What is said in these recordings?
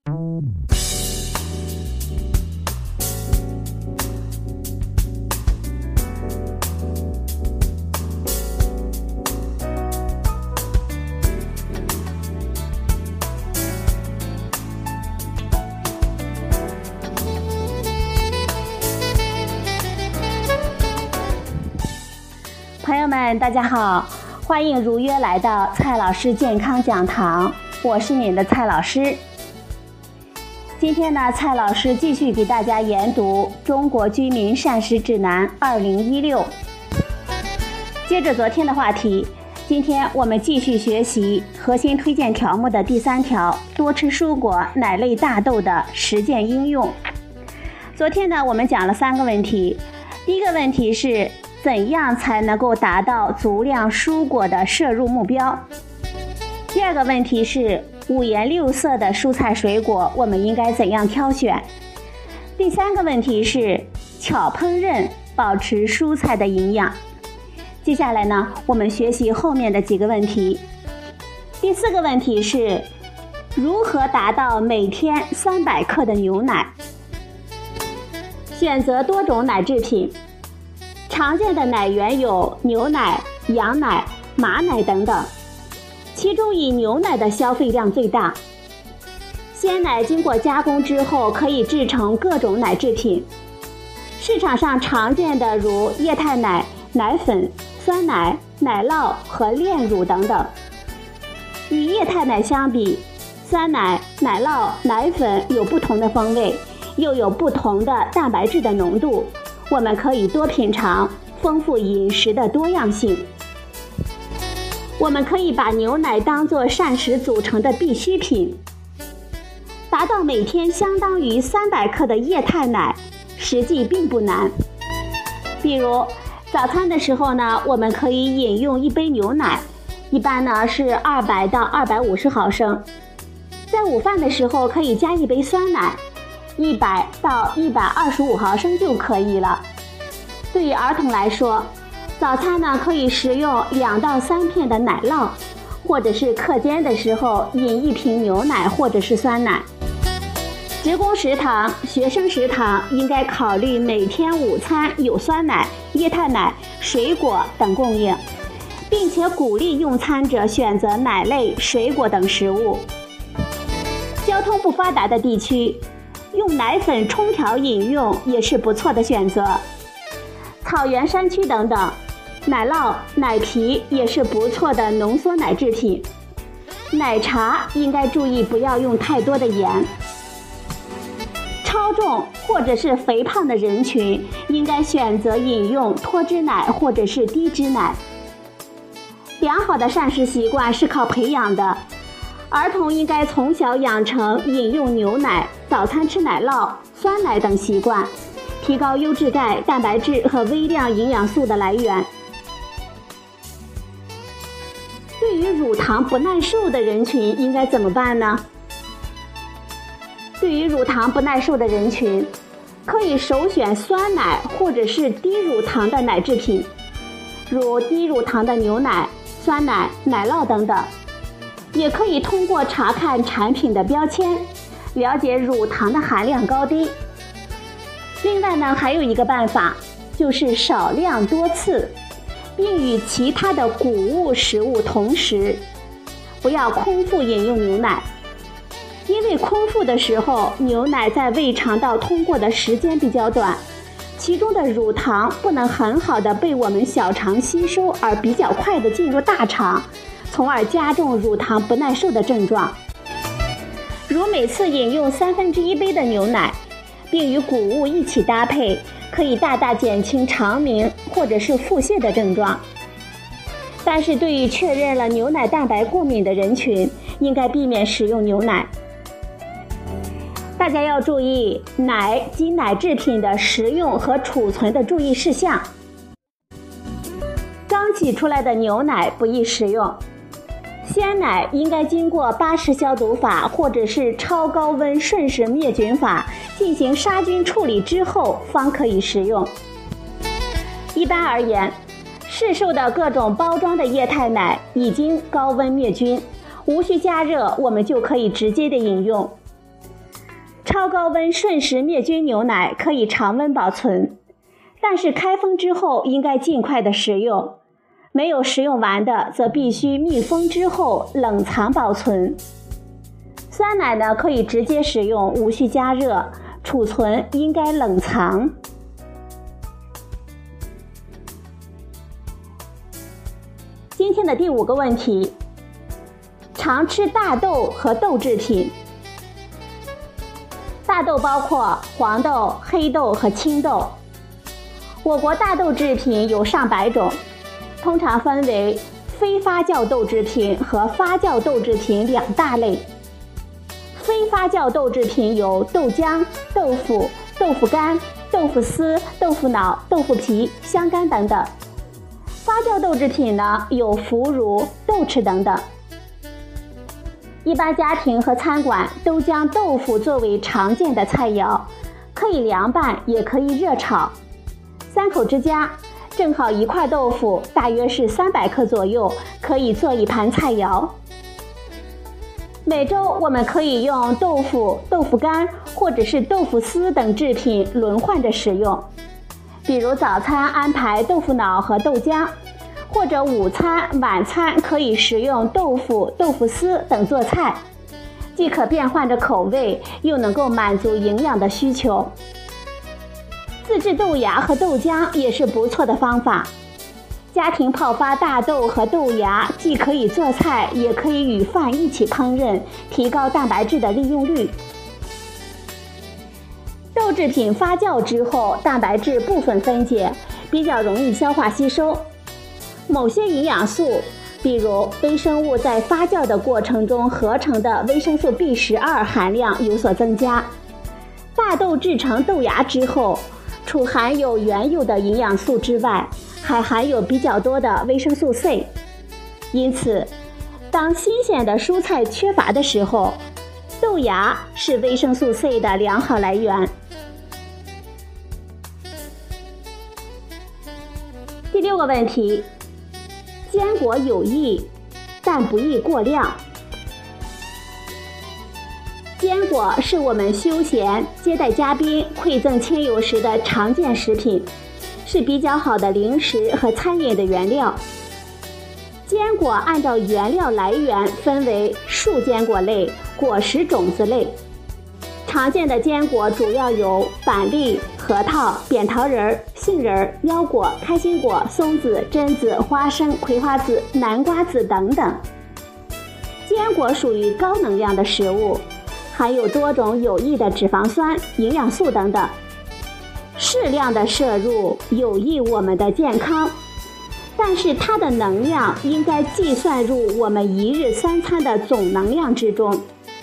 朋友们，大家好，欢迎如约来到蔡老师健康讲堂，我是您的蔡老师。今天呢，蔡老师继续给大家研读《中国居民膳食指南2016》。接着昨天的话题，今天我们继续学习核心推荐条目的第3条，多吃蔬果、奶类、大豆的实践应用。昨天呢，我们讲了3个问题。第一个问题是怎样才能够达到足量蔬果的摄入目标？第二个问题是五颜六色的蔬菜水果我们应该怎样挑选？第3个问题是巧烹饪保持蔬菜的营养。接下来呢，我们学习后面的几个问题。第4个问题是如何达到每天300克的牛奶？选择多种奶制品。常见的奶源有牛奶、羊奶、马奶等等，其中以牛奶的消费量最大。鲜奶经过加工之后可以制成各种奶制品，市场上常见的如液态奶、奶粉、酸奶、奶酪和炼乳等等。与液态奶相比，酸奶、奶酪、奶粉有不同的风味，又有不同的蛋白质的浓度，我们可以多品尝，丰富饮食的多样性。我们可以把牛奶当作膳食组成的必需品。达到每天相当于300克的液态奶，实际并不难。比如早餐的时候呢，我们可以饮用1杯牛奶，一般呢是200到250毫升。在午饭的时候可以加1杯酸奶，100到125毫升就可以了。对于儿童来说，早餐呢可以食用2到3片的奶酪，或者是课间的时候饮1瓶牛奶或者是酸奶。职工食堂、学生食堂应该考虑每天午餐有酸奶、液态奶、水果等供应，并且鼓励用餐者选择奶类、水果等食物。交通不发达的地区，用奶粉冲调饮用也是不错的选择。草原山区等等，奶酪、奶皮也是不错的浓缩奶制品。奶茶应该注意不要用太多的盐。超重或者是肥胖的人群应该选择饮用脱脂奶或者是低脂奶。良好的膳食习惯是靠培养的，儿童应该从小养成饮用牛奶、早餐吃奶酪、酸奶等习惯，提高优质钙、蛋白质和微量营养素的来源。对于乳糖不耐受的人群应该怎么办呢？对于乳糖不耐受的人群，可以首选酸奶或者是低乳糖的奶制品，如低乳糖的牛奶、酸奶、奶酪等等。也可以通过查看产品的标签，了解乳糖的含量高低。另外呢，还有一个办法，就是少量多次，并与其他的谷物食物同食，不要空腹饮用牛奶。因为空腹的时候，牛奶在胃肠道通过的时间比较短，其中的乳糖不能很好的被我们小肠吸收，而比较快的进入大肠，从而加重乳糖不耐受的症状。如每次饮用1/3杯的牛奶，并与谷物一起搭配，可以大大减轻肠鸣或者是腹泻的症状。但是对于确认了牛奶蛋白过敏的人群，应该避免食用牛奶。大家要注意奶及奶制品的食用和储存的注意事项。刚挤出来的牛奶不宜食用，鲜奶应该经过巴氏消毒法或者是超高温瞬时灭菌法进行杀菌处理之后方可以食用。一般而言，市售的各种包装的液态奶已经高温灭菌，无需加热，我们就可以直接的饮用。 超高温瞬时灭菌牛奶可以常温保存，但是开封之后应该尽快的食用，没有食用完的则必须密封之后冷藏保存。酸奶呢可以直接食用，无需加热，储存应该冷藏。今天的第5个问题，常吃大豆和豆制品。大豆包括黄豆、黑豆和青豆。我国大豆制品有上百种，通常分为非发酵豆制品和发酵豆制品2大类。非发酵豆制品有豆浆、豆腐、豆腐干、豆腐丝、豆腐脑、豆腐皮、香干等等。发酵豆制品呢有腐乳、豆豉等等。一般家庭和餐馆都将豆腐作为常见的菜肴，可以凉拌，也可以热炒。3口之家，正好1块豆腐大约是300克左右，可以做一盘菜肴。每周我们可以用豆腐、豆腐干或者是豆腐丝等制品轮换着食用，比如早餐安排豆腐脑和豆浆，或者午餐、晚餐可以食用豆腐、豆腐丝等做菜，既可变换着口味，又能够满足营养的需求。自制豆芽和豆浆也是不错的方法。家庭泡发大豆和豆芽，既可以做菜，也可以与饭一起烹饪，提高蛋白质的利用率。豆制品发酵之后，蛋白质部分分解，比较容易消化吸收。某些营养素，比如微生物在发酵的过程中合成的维生素 B12 含量有所增加。大豆制成豆芽之后，除含有原有的营养素之外，还含有比较多的维生素 C。 因此，当新鲜的蔬菜缺乏的时候，豆芽是维生素 C 的良好来源。第6个问题，坚果有益，但不宜过量。坚果是我们休闲、接待嘉宾、馈赠亲友时的常见食品，是比较好的零食和餐饮的原料。坚果按照原料来源分为树坚果类、果实种子类。常见的坚果主要有板栗、核桃、扁桃仁、杏仁、腰果、开心果、松子、榛子、花生、葵花籽、南瓜籽等等。坚果属于高能量的食物，含有多种有益的脂肪酸、营养素等等。适量的摄入有益我们的健康，但是它的能量应该计算入我们1日3餐的总能量之中。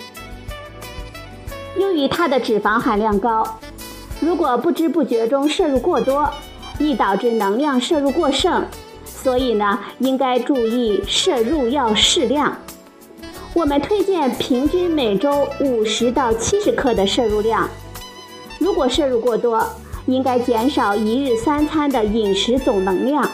由于它的脂肪含量高，如果不知不觉中摄入过多，易导致能量摄入过剩，所以呢，应该注意摄入要适量。我们推荐平均每周50到70克的摄入量，如果摄入过多，应该减少1日3餐的饮食总能量。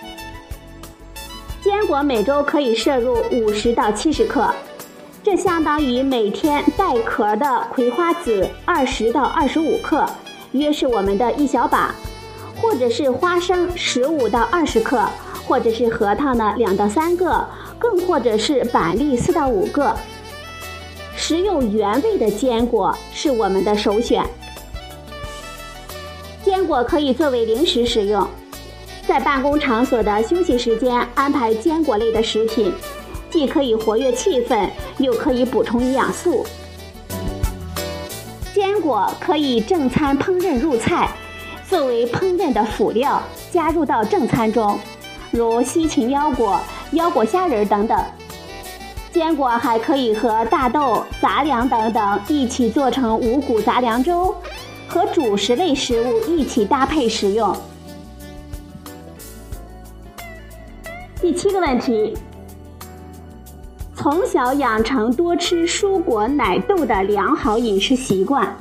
坚果每周可以摄入50到70克，这相当于每天带壳的葵花籽20到25克，约是我们的1小把，或者是花生15到20克，或者是核桃呢2到3个，更或者是板栗4到5个。食用原味的坚果是我们的首选。坚果可以作为零食食用，在办公场所的休息时间安排坚果类的食品，既可以活跃气氛，又可以补充营养素。坚果可以正餐烹饪入菜，作为烹饪的辅料加入到正餐中，如西芹腰果、腰果虾仁等等。坚果还可以和大豆、杂粮等等一起做成五谷杂粮粥，和主食类食物一起搭配食用。第7个问题，从小养成多吃蔬果奶豆的良好饮食习惯。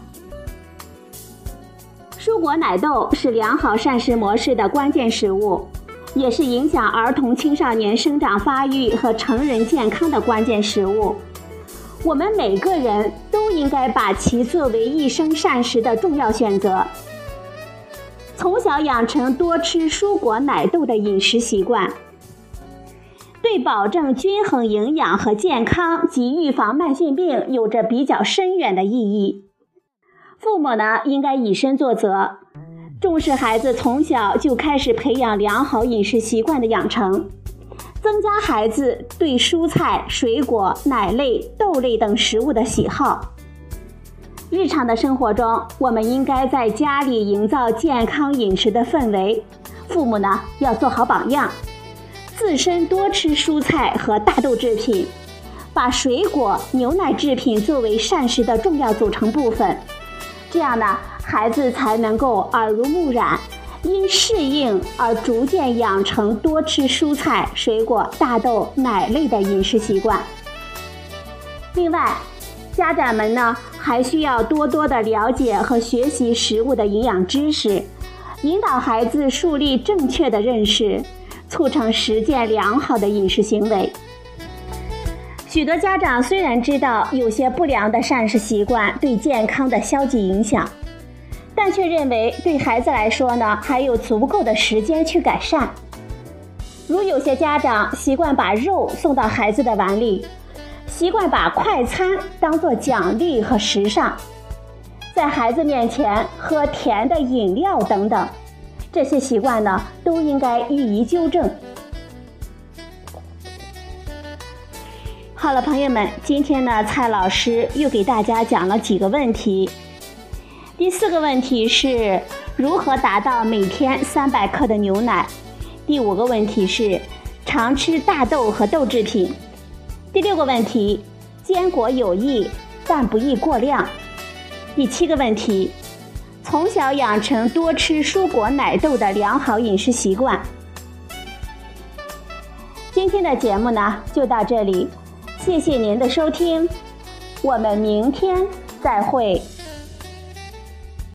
蔬果奶豆是良好膳食模式的关键食物，也是影响儿童青少年生长发育和成人健康的关键食物。 我们每个人都应该把其作为一生膳食的重要选择。从小养成多吃蔬果奶豆的饮食习惯，对保证均衡营养和健康及预防慢性病有着比较深远的意义。父母呢，应该以身作则，重视孩子从小就开始培养良好饮食习惯的养成，增加孩子对蔬菜、水果、奶类、豆类等食物的喜好。日常的生活中，我们应该在家里营造健康饮食的氛围，父母呢，要做好榜样，自身多吃蔬菜和大豆制品，把水果、牛奶制品作为膳食的重要组成部分。这样呢，孩子才能够耳濡目染，因适应而逐渐养成多吃蔬菜、水果、大豆、奶类的饮食习惯。另外，家长们呢，还需要多多的了解和学习食物的营养知识，引导孩子树立正确的认识，促成实践良好的饮食行为。许多家长虽然知道有些不良的膳食习惯对健康的消极影响，但却认为对孩子来说呢，还有足够的时间去改善。如有些家长习惯把肉送到孩子的碗里，习惯把快餐当作奖励和时尚，在孩子面前喝甜的饮料等等，这些习惯呢，都应该予以纠正。好了，朋友们，今天呢，蔡老师又给大家讲了几个问题。第4个问题是如何达到每天300克的牛奶。第5个问题是常吃大豆和豆制品。第6个问题，坚果有益，但不宜过量。第7个问题，从小养成多吃蔬果奶豆的良好饮食习惯。今天的节目呢，就到这里，谢谢您的收听，我们明天再会。